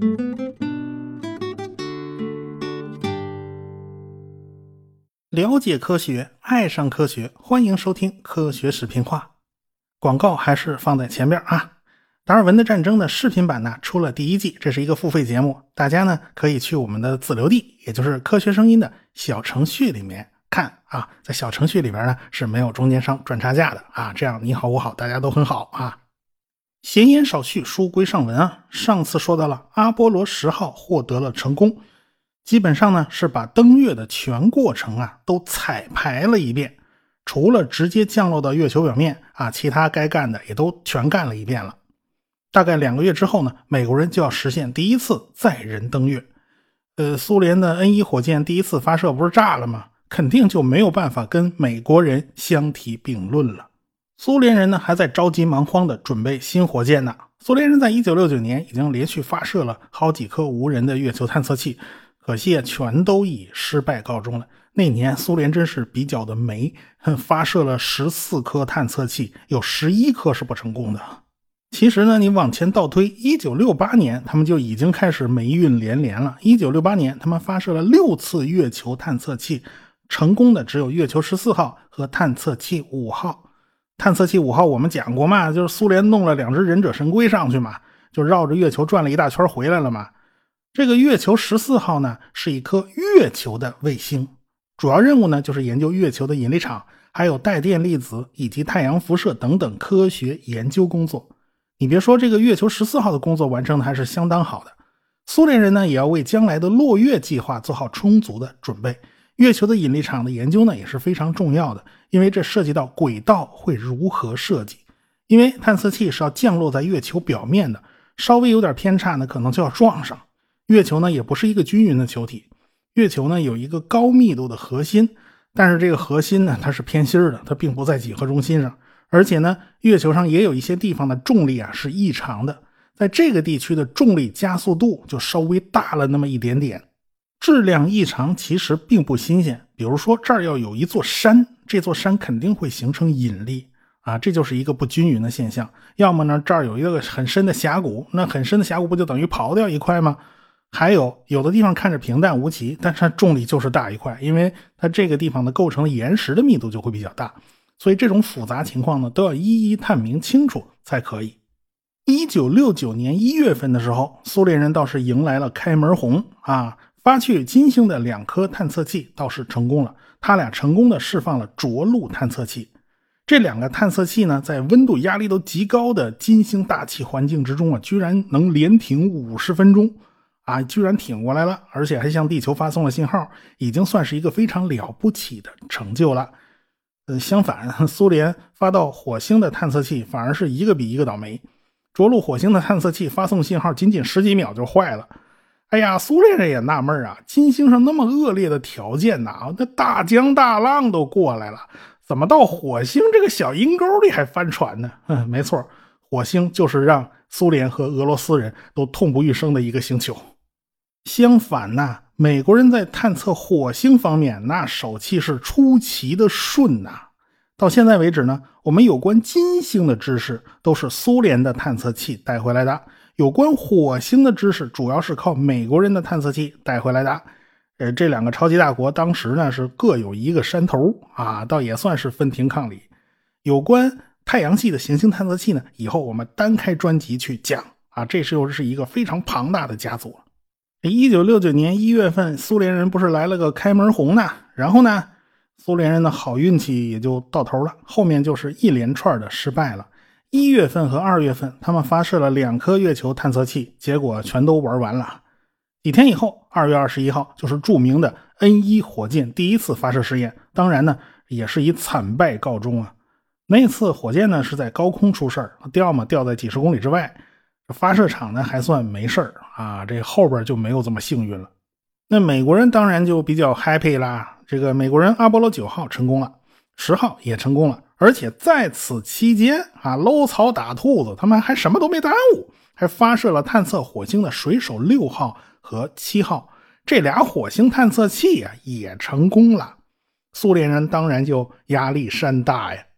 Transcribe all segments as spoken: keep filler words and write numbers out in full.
了解科学，爱上科学，欢迎收听科学视频化。广告还是放在前边啊。达尔文的战争的视频版呢出了第一季，这是一个付费节目，大家呢可以去我们的自留地，也就是科学声音的小程序里面看啊。在小程序里边呢是没有中间商赚差价的啊，这样你好我好大家都很好啊。闲言少叙，书归上文啊。上次说到了阿波罗十号获得了成功，基本上呢是把登月的全过程啊都彩排了一遍，除了直接降落到月球表面啊，其他该干的也都全干了一遍了。大概两个月之后呢，美国人就要实现第一次载人登月。呃，苏联的 N 一 火箭第一次发射不是炸了吗？肯定就没有办法跟美国人相提并论了。苏联人呢还在着急忙慌的准备新火箭呢。苏联人在一九六九年已经连续发射了好几颗无人的月球探测器，可惜全都以失败告终了。那年苏联真是比较的霉，发射了十四颗探测器，有十一颗是不成功的。其实呢，你往前倒推，一九六八年他们就已经开始霉运连连了。一九六八年他们发射了六次月球探测器，成功的只有月球十四号和探测器五号。探测器五号我们讲过嘛，就是苏联弄了两只忍者神龟上去嘛，就绕着月球转了一大圈回来了嘛。这个月球十四号呢是一颗月球的卫星，主要任务呢就是研究月球的引力场，还有带电粒子以及太阳辐射等等科学研究工作。你别说，这个月球十四号的工作完成的还是相当好的。苏联人呢也要为将来的落月计划做好充足的准备。月球的引力场的研究呢也是非常重要的，因为这涉及到轨道会如何设计。因为探测器是要降落在月球表面的，稍微有点偏差呢可能就要撞上。月球呢也不是一个均匀的球体，月球呢有一个高密度的核心，但是这个核心呢它是偏心的，它并不在几何中心上。而且呢月球上也有一些地方的重力啊是异常的，在这个地区的重力加速度就稍微大了那么一点点。质量异常其实并不新鲜，比如说这儿要有一座山，这座山肯定会形成引力啊，这就是一个不均匀的现象。要么呢这儿有一个很深的峡谷，那很深的峡谷不就等于刨掉一块吗？还有有的地方看着平淡无奇，但是它重力就是大一块，因为它这个地方的构成的岩石的密度就会比较大，所以这种复杂情况呢都要一一探明清楚才可以。一九六九年一月份的时候，苏联人倒是迎来了开门红啊，发去金星的两颗探测器倒是成功了，他俩成功的释放了着陆探测器。这两个探测器呢在温度压力都极高的金星大气环境之中啊，居然能连挺五十分钟啊，居然挺过来了，而且还向地球发送了信号，已经算是一个非常了不起的成就了。呃，相反，苏联发到火星的探测器反而是一个比一个倒霉。着陆火星的探测器发送信号仅仅十几秒就坏了。哎呀，苏联人也纳闷啊，金星上那么恶劣的条件呐，那大江大浪都过来了，怎么到火星这个小阴沟里还翻船呢？嗯，没错，火星就是让苏联和俄罗斯人都痛不欲生的一个星球。相反呐，美国人在探测火星方面那手气是出奇的顺呐。到现在为止呢，我们有关金星的知识都是苏联的探测器带回来的，有关火星的知识主要是靠美国人的探测器带回来的。呃，这两个超级大国当时呢是各有一个山头啊，倒也算是分庭抗礼。有关太阳系的行星探测器呢，以后我们单开专辑去讲啊，这是又是一个非常庞大的家族。一九六九年一月份，苏联人不是来了个开门红呢，然后呢苏联人的好运气也就到头了，后面就是一连串的失败了。一月份和二月份他们发射了两颗月球探测器，结果全都玩完了。几天以后，二月二十一号就是著名的 N 一 火箭第一次发射试验，当然呢也是以惨败告终啊。那次火箭呢是在高空出事儿，掉嘛掉在几十公里之外，发射场呢还算没事儿啊，这后边就没有这么幸运了。那美国人当然就比较 happy 啦，这个美国人阿波罗九号成功了，十号也成功了，而且在此期间啊，搂草打兔子，他们还什么都没耽误，还发射了探测火星的水手六号和七号，这俩火星探测器啊也成功了。苏联人当然就压力山大呀。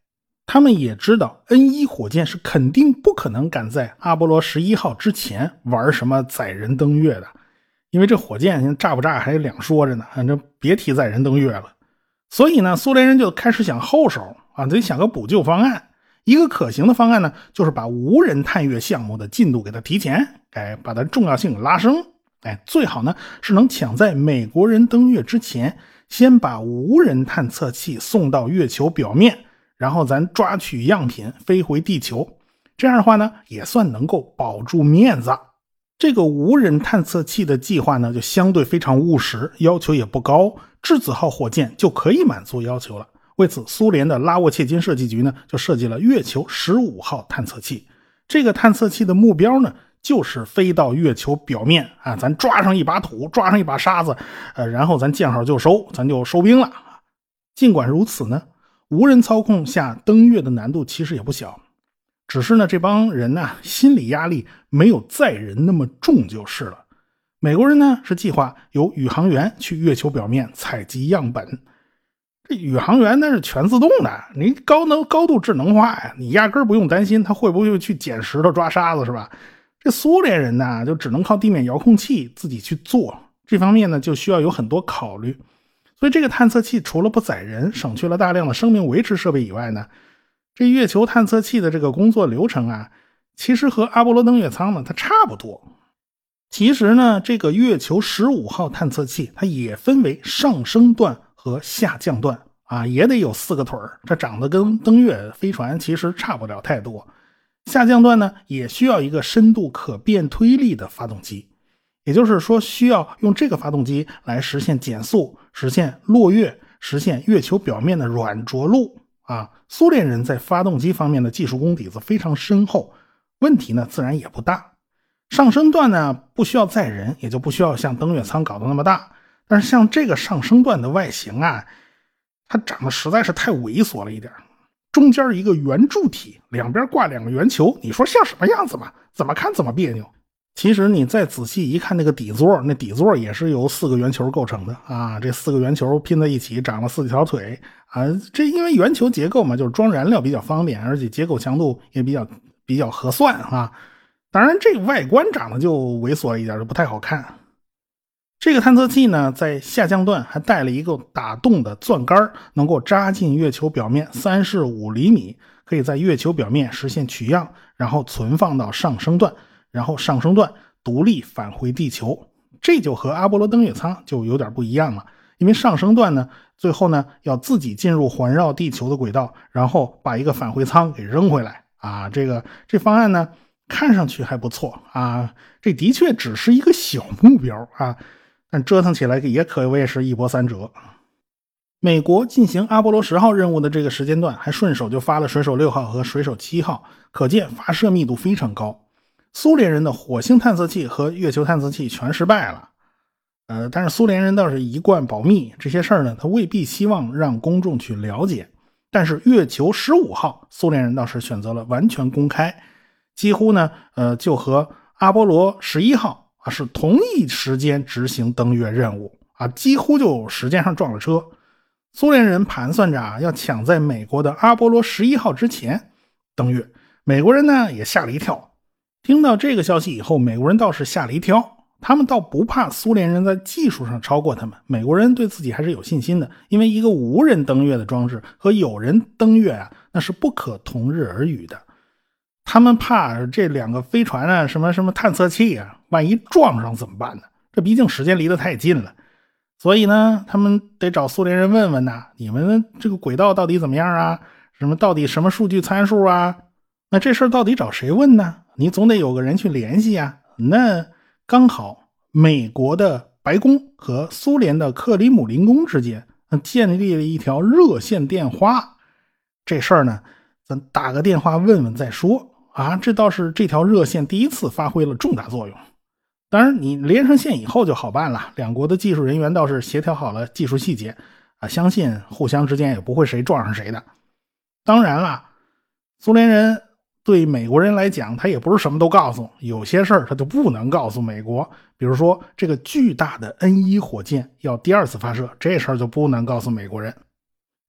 他们也知道 N 一 火箭是肯定不可能赶在阿波罗十一号之前玩什么载人登月的，因为这火箭现在炸不炸还两说着呢，反正别提载人登月了。所以呢，苏联人就开始想后手啊，得想个补救方案。一个可行的方案呢，就是把无人探月项目的进度给它提前，哎，把它重要性拉升。哎，最好呢是能抢在美国人登月之前，先把无人探测器送到月球表面，然后咱抓取样品飞回地球。这样的话呢，也算能够保住面子。这个无人探测器的计划呢，就相对非常务实，要求也不高，质子号火箭就可以满足要求了。为此，苏联的拉沃切金设计局呢，就设计了月球十五号探测器。这个探测器的目标呢，就是飞到月球表面啊，咱抓上一把土，抓上一把沙子，呃，然后咱见好就收，咱就收兵了。尽管如此呢，无人操控下登月的难度其实也不小。只是呢，这帮人呢，心理压力没有载人那么重就是了。美国人呢是计划由宇航员去月球表面采集样本，这宇航员那是全自动的，你高能高度智能化呀，你压根不用担心他会不会去捡石头抓沙子，是吧？这苏联人呢，就只能靠地面遥控器自己去做，这方面呢就需要有很多考虑。所以这个探测器除了不载人，省去了大量的生命维持设备以外呢，这月球探测器的这个工作流程啊，其实和阿波罗登月舱呢它差不多。其实呢，这个月球十五号探测器它也分为上升段和下降段啊，也得有四个腿儿，这长得跟登月飞船其实差不了太多。下降段呢，也需要一个深度可变推力的发动机，也就是说需要用这个发动机来实现减速，实现落月，实现月球表面的软着陆啊。苏联人在发动机方面的技术功底子非常深厚，问题呢自然也不大。上升段呢不需要载人，也就不需要像登月舱搞得那么大，但是像这个上升段的外形啊，它长得实在是太猥琐了一点，中间一个圆柱体，两边挂两个圆球，你说像什么样子嘛？怎么看怎么别扭。其实你再仔细一看那个底座，那底座也是由四个圆球构成的啊，这四个圆球拼在一起长了四条腿啊，这因为圆球结构嘛，就是装燃料比较方便，而且结构强度也比较比较合算啊。当然这个外观长得就猥琐一点，就不太好看。这个探测器呢，在下降段还带了一个打洞的钻杆，能够扎进月球表面三十五厘米，可以在月球表面实现取样，然后存放到上升段，然后上升段独立返回地球。这就和阿波罗登月舱就有点不一样了，因为上升段呢，最后呢要自己进入环绕地球的轨道，然后把一个返回舱给扔回来啊。这个这方案呢，看上去还不错啊，这的确只是一个小目标啊。但折腾起来也可谓是一波三折。美国进行阿波罗十号任务的这个时间段，还顺手就发了水手六号和水手七号，可见发射密度非常高。苏联人的火星探测器和月球探测器全失败了。呃，但是苏联人倒是一贯保密，这些事儿呢，他未必希望让公众去了解。但是月球十五号，苏联人倒是选择了完全公开，几乎呢，呃，就和阿波罗十一号。啊，是同一时间执行登月任务啊，几乎就时间上撞了车。苏联人盘算着啊，要抢在美国的阿波罗十一号之前登月。美国人呢也吓了一跳，听到这个消息以后，美国人倒是吓了一跳，他们倒不怕苏联人在技术上超过他们，美国人对自己还是有信心的，因为一个无人登月的装置和有人登月啊，那是不可同日而语的。他们怕这两个飞船啊，什么什么探测器啊，万一撞上怎么办呢？这毕竟时间离得太近了，所以呢，他们得找苏联人问问呐，你们这个轨道到底怎么样啊？什么到底什么数据参数啊？那这事儿到底找谁问呢？你总得有个人去联系啊。那刚好美国的白宫和苏联的克里姆林宫之间建立了一条热线电话，这事儿呢，咱打个电话问问再说。啊，这倒是这条热线第一次发挥了重大作用。当然你连上线以后就好办了，两国的技术人员倒是协调好了技术细节啊，相信互相之间也不会谁撞上谁的。当然了，苏联人对美国人来讲，他也不是什么都告诉，有些事儿他就不能告诉美国，比如说这个巨大的 N 一 火箭要第二次发射，这事儿就不能告诉美国人。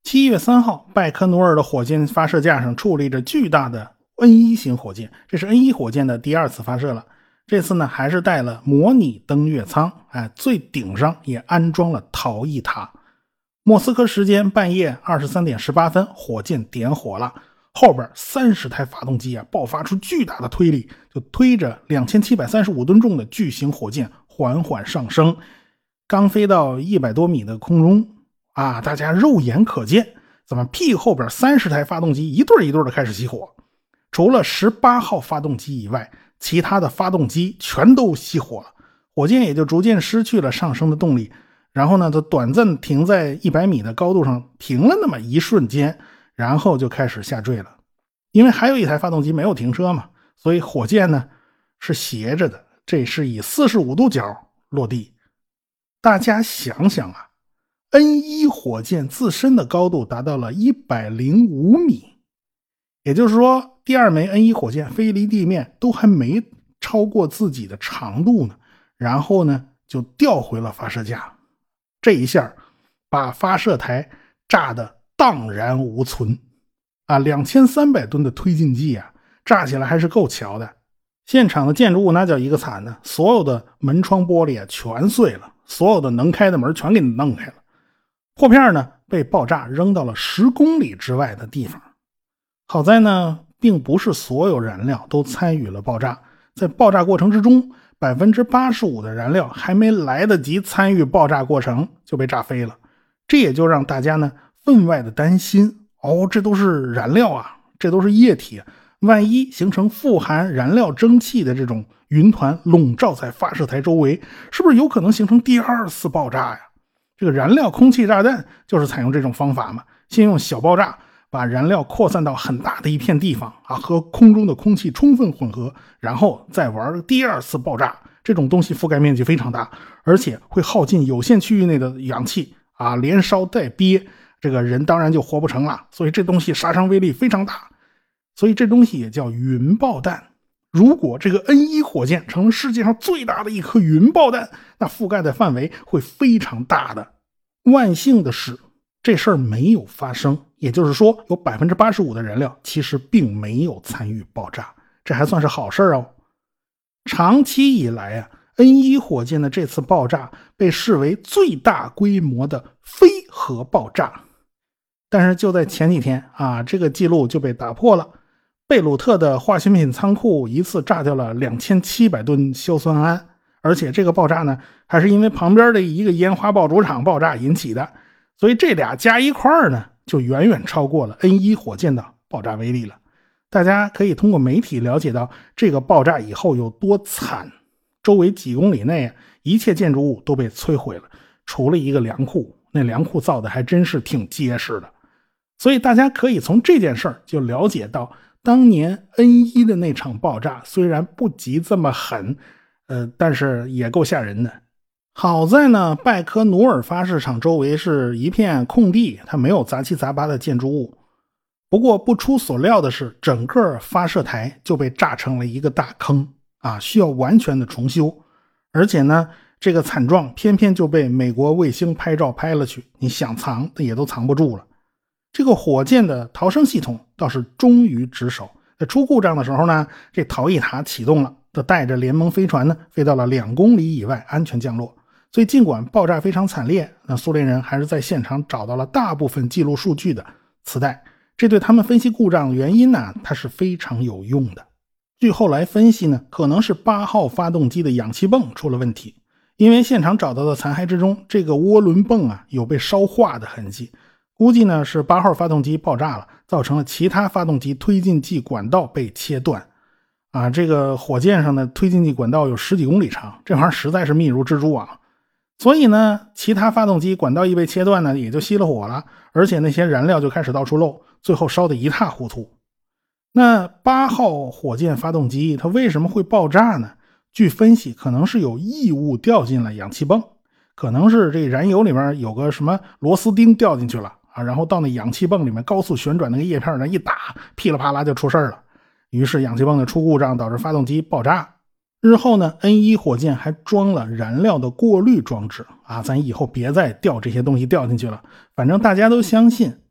七月三号，拜科努尔的火箭发射架上矗立着巨大的 N 一 型火箭，这是 N 一 火箭的第二次发射了。这次呢，还是带了模拟登月舱，哎，最顶上也安装了逃逸塔。莫斯科时间半夜二十三点十八分，火箭点火了，后边三十台发动机啊，爆发出巨大的推力，就推着两千七百三十五吨重的巨型火箭缓缓上升。刚飞到一百多米的空中啊，大家肉眼可见，怎么屁后边三十台发动机一对一对的开始熄火。除了十八号发动机以外，其他的发动机全都熄火了，火箭也就逐渐失去了上升的动力。然后呢，它短暂停在一百米的高度上，停了那么一瞬间，然后就开始下坠了。因为还有一台发动机没有停车嘛，所以火箭呢是斜着的，这是以四十五度角落地。大家想想啊 ，N 一 火箭自身的高度达到了一百零五米，也就是说，第二枚 N 一 火箭飞离地面都还没超过自己的长度呢，然后呢就掉回了发射架。这一下把发射台炸得荡然无存啊！两千三百吨的推进剂啊，炸起来还是够瞧的。现场的建筑物那叫一个惨呢，所有的门窗玻璃啊全碎了，所有的能开的门全给弄开了。破片呢被爆炸扔到了十公里之外的地方。好在呢，并不是所有燃料都参与了爆炸，在爆炸过程之中，百分之八十五的燃料还没来得及参与爆炸过程就被炸飞了。这也就让大家呢分外的担心，哦，这都是燃料啊，这都是液体啊，万一形成富含燃料蒸汽的这种云团笼罩在发射台周围，是不是有可能形成第二次爆炸呀？这个燃料空气炸弹就是采用这种方法嘛，先用小爆炸把燃料扩散到很大的一片地方啊，和空中的空气充分混合，然后再玩第二次爆炸。这种东西覆盖面积非常大，而且会耗尽有限区域内的氧气啊，连烧带憋，这个人当然就活不成了。所以这东西杀伤威力非常大，所以这东西也叫云爆弹。如果这个 N 一 火箭成了世界上最大的一颗云爆弹，那覆盖的范围会非常大的。万幸的是，这事儿没有发生，也就是说有 百分之八十五 的燃料其实并没有参与爆炸，这还算是好事哦。长期以来啊 N 一 火箭的这次爆炸被视为最大规模的非核爆炸。但是就在前几天啊，这个记录就被打破了。贝鲁特的化学品仓库一次炸掉了两千七百吨硝酸铵，而且这个爆炸呢还是因为旁边的一个烟花爆竹厂爆炸引起的。所以这俩加一块儿呢，就远远超过了 N 一 火箭的爆炸威力了。大家可以通过媒体了解到这个爆炸以后有多惨，周围几公里内一切建筑物都被摧毁了，除了一个粮库，那粮库造的还真是挺结实的。所以大家可以从这件事儿就了解到，当年 N 一 的那场爆炸虽然不及这么狠，呃，但是也够吓人的。好在呢，拜科努尔发射场周围是一片空地，它没有杂七杂八的建筑物。不过不出所料的是，整个发射台就被炸成了一个大坑啊，需要完全的重修。而且呢，这个惨状偏偏就被美国卫星拍照拍了去，你想藏也都藏不住了。这个火箭的逃生系统倒是忠于职守，在出故障的时候呢，这逃逸塔启动了，它带着联盟飞船呢飞到了两公里以外安全降落。所以尽管爆炸非常惨烈，那苏联人还是在现场找到了大部分记录数据的磁带，这对他们分析故障的原因呢，它是非常有用的。据后来分析呢，可能是八号发动机的氧气泵出了问题，因为现场找到的残骸之中，这个涡轮泵啊有被烧化的痕迹，估计呢是八号发动机爆炸了，造成了其他发动机推进剂管道被切断。啊，这个火箭上的推进剂管道有十几公里长，这玩意儿实在是密如蜘蛛网。所以呢，其他发动机管道一被切断呢，也就熄了火了，而且那些燃料就开始到处漏，最后烧得一塌糊涂。那八号火箭发动机它为什么会爆炸呢？据分析，可能是有异物掉进了氧气泵，可能是这燃油里面有个什么螺丝钉掉进去了啊，然后到那氧气泵里面高速旋转那个叶片呢一打，噼里啪啦就出事了。于是氧气泵的出故障导致发动机爆炸。日后呢 N 一 火箭还装了燃料的过滤装置啊，咱以后别再掉这些东西掉进去了。反正大家都相信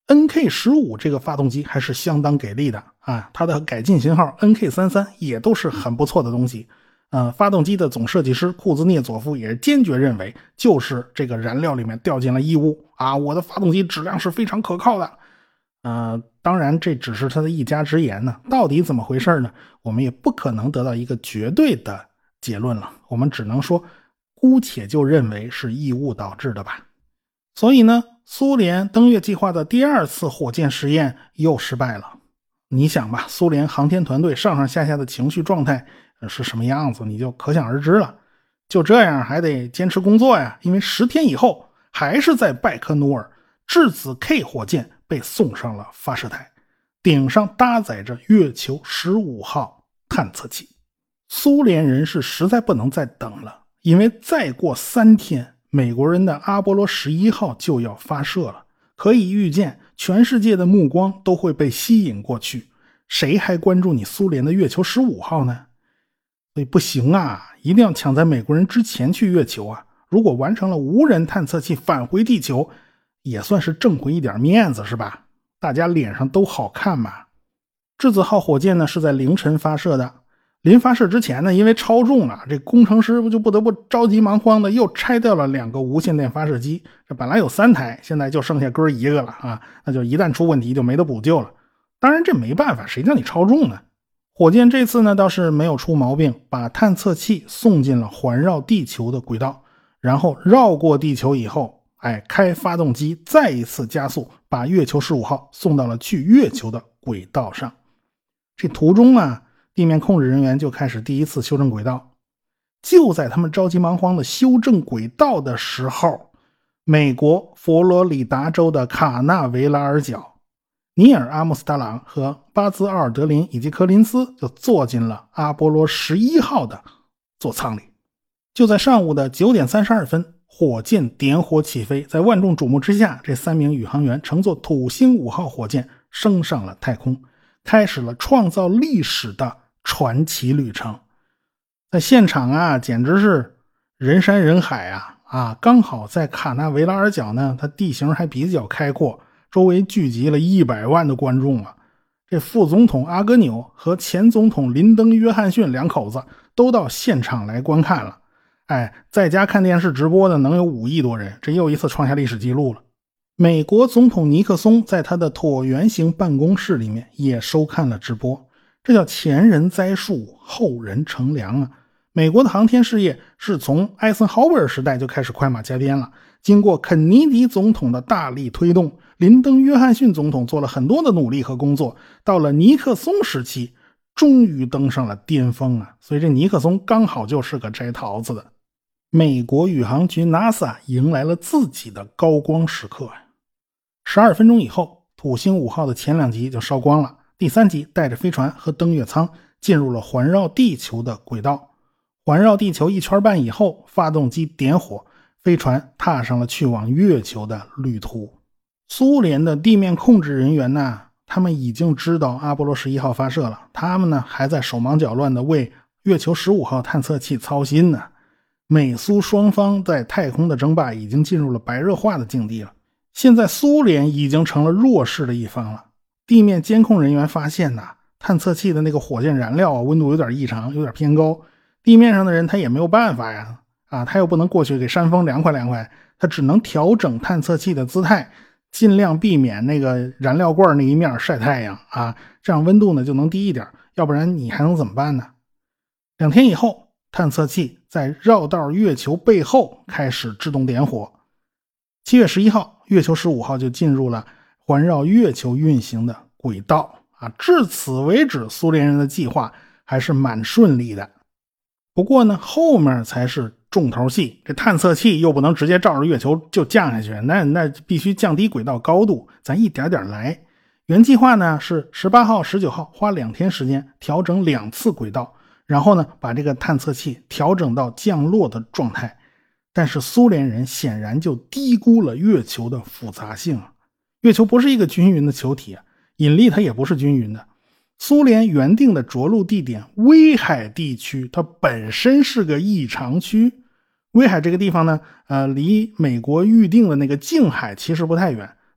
N K 十五 这个发动机还是相当给力的啊，它的改进型号 N K 三十三 也都是很不错的东西。呃，发动机的总设计师库兹涅佐夫也坚决认为，就是这个燃料里面掉进了异物啊，我的发动机质量是非常可靠的。呃，当然这只是他的一家之言呢，到底怎么回事呢？我们也不可能得到一个绝对的结论了，我们只能说，姑且就认为是异物导致的吧。所以呢，苏联登月计划的第二次火箭实验又失败了。你想吧，苏联航天团队上上下下的情绪状态是什么样子，你就可想而知了。就这样还得坚持工作呀，因为十天以后还是在拜科努尔，质子 K 火箭被送上了发射台，顶上搭载着月球十五号探测器。苏联人是实在不能再等了，因为再过三天美国人的阿波罗十一号就要发射了，可以预见全世界的目光都会被吸引过去，谁还关注你苏联的月球十五号呢？所以不行啊，一定要抢在美国人之前去月球啊！如果完成了无人探测器返回地球，也算是挣回一点面子是吧？大家脸上都好看嘛。质子号火箭呢是在凌晨发射的，临发射之前呢，因为超重了，这工程师就不得不着急忙慌的又拆掉了两个无线电发射机，这本来有三台，现在就剩下哥一个了啊，那就一旦出问题就没得补救了。当然这没办法，谁叫你超重呢？火箭这次呢倒是没有出毛病，把探测器送进了环绕地球的轨道，然后绕过地球以后，哎，开发动机再一次加速，把月球十五号送到了去月球的轨道上。这途中啊，地面控制人员就开始第一次修正轨道。就在他们着急忙慌的修正轨道的时候，美国佛罗里达州的卡纳维拉尔角，尼尔·阿姆斯特朗和巴兹·奥尔德林以及柯林斯就坐进了阿波罗十一号的座舱里。就在上午的九点三十二分，火箭点火起飞，在万众瞩目之下，这三名宇航员乘坐土星五号火箭升上了太空，开始了创造历史的传奇旅程。在现场啊，简直是人山人海啊！啊，刚好在卡纳维拉尔角呢，它地形还比较开阔，周围聚集了一百万的观众啊。这副总统阿戈纽和前总统林登·约翰逊两口子都到现场来观看了。哎，在家看电视直播的能有五亿多人，这又一次创下历史记录了。美国总统尼克松在他的椭圆形办公室里面也收看了直播，这叫前人栽树，后人乘凉啊。美国的航天事业是从艾森豪威尔时代就开始快马加鞭了，经过肯尼迪总统的大力推动，林登·约翰逊总统做了很多的努力和工作，到了尼克松时期终于登上了巅峰啊！所以这尼克松刚好就是个摘桃子的。美国宇航局 NASA 迎来了自己的高光时刻呀！十二分钟以后，土星五号的前两级就烧光了，第三级带着飞船和登月舱进入了环绕地球的轨道。环绕地球一圈半以后，发动机点火，飞船踏上了去往月球的旅途。苏联的地面控制人员呢，他们已经知道阿波罗十一号发射了，他们呢还在手忙脚乱地为月球十五号探测器操心呢。美苏双方在太空的争霸已经进入了白热化的境地了，现在苏联已经成了弱势的一方了。地面监控人员发现呐，探测器的那个火箭燃料啊，温度有点异常，有点偏高。地面上的人他也没有办法呀，啊，他又不能过去给扇风凉快凉快，他只能调整探测器的姿态，尽量避免那个燃料罐那一面晒太阳啊，这样温度呢就能低一点，要不然你还能怎么办呢？两天以后，探测器在绕道月球背后开始自动点火。七月十一号，月球十五号就进入了环绕月球运行的轨道啊，至此为止，苏联人的计划还是蛮顺利的。不过呢，后面才是重头戏，这探测器又不能直接照着月球就降下去，那那必须降低轨道高度，咱一点点来。原计划呢是十八号、十九号花两天时间调整两次轨道，然后呢把这个探测器调整到降落的状态。但是苏联人显然就低估了月球的复杂性。月球不是一个均匀的球体，引力它也不是均匀的。苏联原定的着陆地点威海地区，它本身是个异常区。威海这个地方呢，呃，离美国预定的那个静海其实不太远，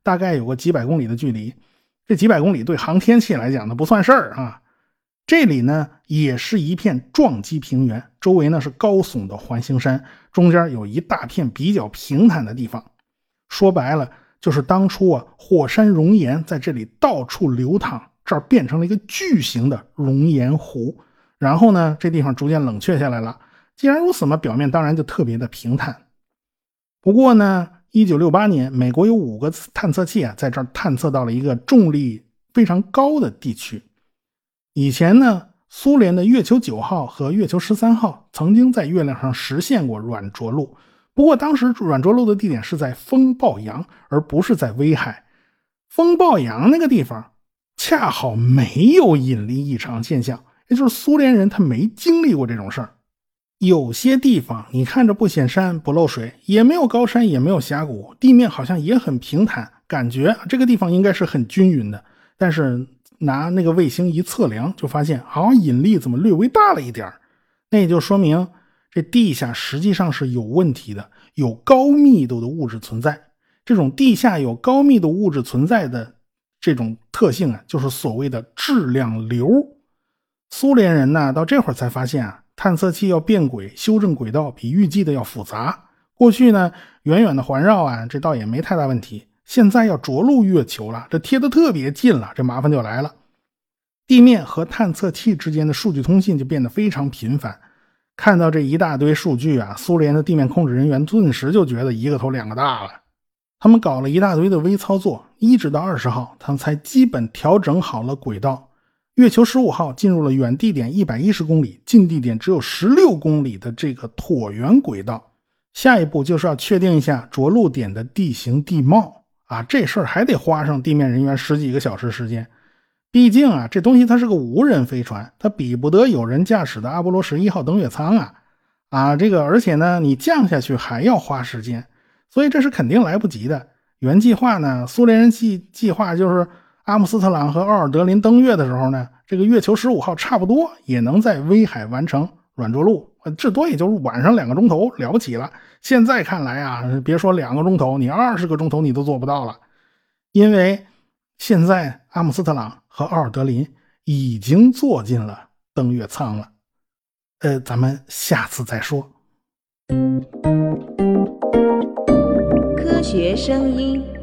大概有个几百公里的距离。这几百公里对航天器来讲呢不算事儿啊。这里呢也是一片撞击平原，周围呢是高耸的环形山，中间有一大片比较平坦的地方。说白了就是当初啊火山熔岩在这里到处流淌，这儿变成了一个巨型的熔岩湖。然后呢这地方逐渐冷却下来了，既然如此嘛，表面当然就特别的平坦。不过呢一九六八年美国有五个探测器啊在这儿探测到了一个重力非常高的地区。以前呢苏联的月球九号和月球十三号曾经在月亮上实现过软着陆，不过当时软着陆的地点是在风暴洋，而不是在威海。风暴洋那个地方恰好没有引力异常现象，也就是苏联人他没经历过这种事儿。有些地方你看着不显山不漏水，也没有高山也没有峡谷，地面好像也很平坦，感觉这个地方应该是很均匀的。但是拿那个卫星一测量，就发现好像引力怎么略微大了一点，那也就说明这地下实际上是有问题的，有高密度的物质存在。这种地下有高密度物质存在的这种特性啊，就是所谓的质量流。苏联人呢到这会儿才发现啊，探测器要变轨修正轨道比预计的要复杂。过去呢远远的环绕啊，这倒也没太大问题，现在要着陆月球了，这贴得特别近了，这麻烦就来了。地面和探测器之间的数据通信就变得非常频繁。看到这一大堆数据啊，苏联的地面控制人员顿时就觉得一个头两个大了。他们搞了一大堆的微操作，一直到二十号他们才基本调整好了轨道。月球十五号进入了远地点一百一十公里，近地点只有十六公里的这个椭圆轨道。下一步就是要确定一下着陆点的地形地貌啊，这事儿还得花上地面人员十几个小时时间。毕竟啊，这东西它是个无人飞船，它比不得有人驾驶的阿波罗十一号登月舱啊啊，这个而且呢，你降下去还要花时间，所以这是肯定来不及的。原计划呢，苏联人计计划就是阿姆斯特朗和奥尔德林登月的时候呢，这个月球十五号差不多也能在威海完成软着陆，至多也就是晚上两个钟头，了不起了。现在看来啊，别说两个钟头，你二十个钟头你都做不到了，因为现在阿姆斯特朗和奥尔德林已经坐进了登月舱了。呃，咱们下次再说。 科学声音